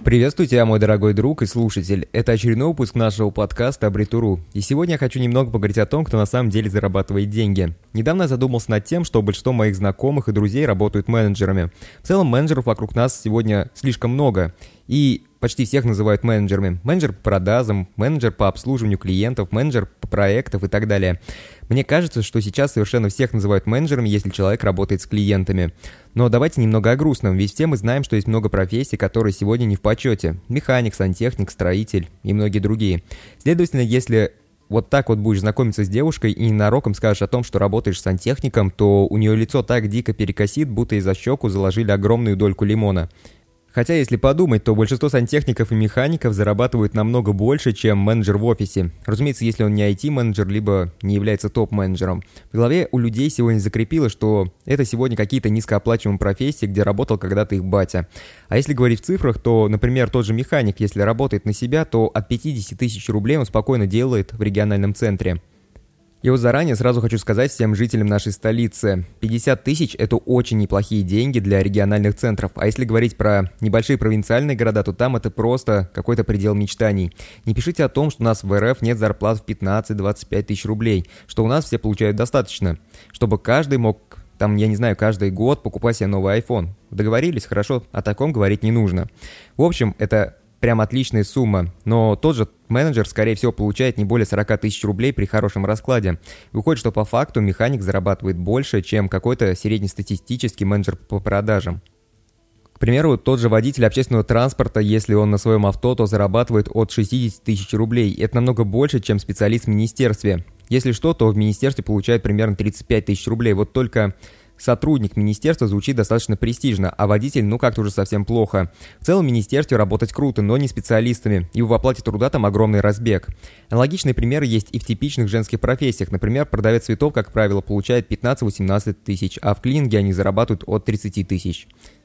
Приветствую тебя, мой дорогой друг и слушатель. Это очередной выпуск нашего подкаста Абритуру. И сегодня я хочу немного поговорить о том, кто на самом деле зарабатывает деньги. Недавно я задумался над тем, что большинство моих знакомых и друзей работают менеджерами. В целом менеджеров вокруг нас сегодня слишком много. И почти всех называют менеджерами. Менеджер по продажам, менеджер по обслуживанию клиентов, менеджер по проектам и так далее. Мне кажется, что сейчас совершенно всех называют менеджерами, если человек работает с клиентами. Но давайте немного о грустном, ведь все мы знаем, что есть много профессий, которые сегодня не в почете. Механик, сантехник, строитель и многие другие. Следовательно, если вот так вот будешь знакомиться с девушкой и ненароком скажешь о том, что работаешь сантехником, то у нее лицо так дико перекосит, будто из-за щеку заложили огромную дольку лимона. Хотя, если подумать, то большинство сантехников и механиков зарабатывают намного больше, чем менеджер в офисе. Разумеется, если он не IT-менеджер, либо не является топ-менеджером. В голове у людей сегодня закрепилось, что это сегодня какие-то низкооплачиваемые профессии, где работал когда-то их батя. А если говорить в цифрах, то, например, тот же механик, если работает на себя, то от 50 тысяч рублей он спокойно делает в региональном центре. И вот заранее сразу хочу сказать всем жителям нашей столицы, 50 тысяч – это очень неплохие деньги для региональных центров, а если говорить про небольшие провинциальные города, то там это просто какой-то предел мечтаний. Не пишите о том, что у нас в РФ нет зарплат в 15-25 тысяч рублей, что у нас все получают достаточно, чтобы каждый мог, каждый год покупать себе новый iPhone. Договорились? Хорошо, о таком говорить не нужно. В общем, это прям отличная сумма, но тот же менеджер, скорее всего, получает не более 40 тысяч рублей при хорошем раскладе. Выходит, что по факту механик зарабатывает больше, чем какой-то среднестатистический менеджер по продажам. К примеру, тот же водитель общественного транспорта, если он на своем авто, то зарабатывает от 60 тысяч рублей. Это намного больше, чем специалист в министерстве. Если что, то в министерстве получает примерно 35 тысяч рублей. Вот только сотрудник министерства звучит достаточно престижно, а водитель, как-то уже совсем плохо. В целом в министерстве работать круто, но не специалистами, ибо в оплате труда там огромный разбег. Аналогичные примеры есть и в типичных женских профессиях. Например, продавец цветов, как правило, получает 15-18 тысяч, а в клининге они зарабатывают от 30 тысяч.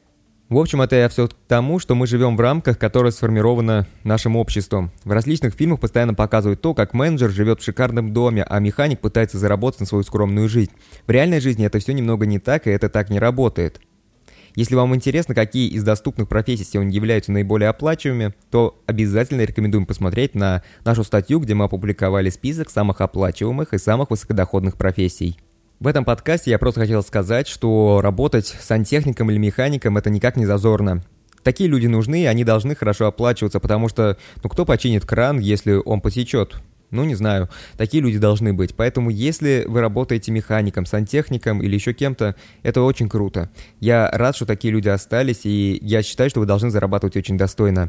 В общем, это я все к тому, что мы живем в рамках, которые сформированы нашим обществом. В различных фильмах постоянно показывают то, как менеджер живет в шикарном доме, а механик пытается заработать на свою скромную жизнь. В реальной жизни это все немного не так, и это так не работает. Если вам интересно, какие из доступных профессий сегодня являются наиболее оплачиваемыми, то обязательно рекомендуем посмотреть на нашу статью, где мы опубликовали список самых оплачиваемых и самых высокодоходных профессий. В этом подкасте я просто хотел сказать, что работать сантехником или механиком – это никак не зазорно. Такие люди нужны, и они должны хорошо оплачиваться, потому что, кто починит кран, если он потечет? Не знаю. Такие люди должны быть. Поэтому, если вы работаете механиком, сантехником или еще кем-то, это очень круто. Я рад, что такие люди остались, и я считаю, что вы должны зарабатывать очень достойно.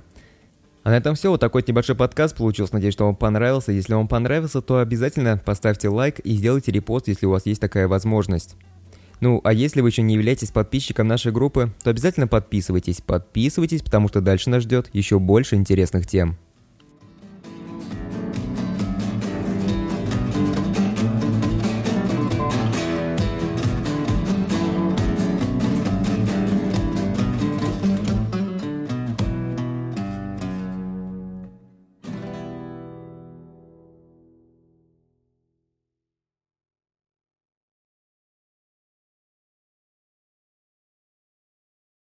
А на этом все. Вот такой небольшой подкаст получился. Надеюсь, что вам понравился. Если вам понравился, то обязательно поставьте лайк и сделайте репост, если у вас есть такая возможность. А если вы еще не являетесь подписчиком нашей группы, то обязательно подписывайтесь. Подписывайтесь, потому что дальше нас ждет еще больше интересных тем.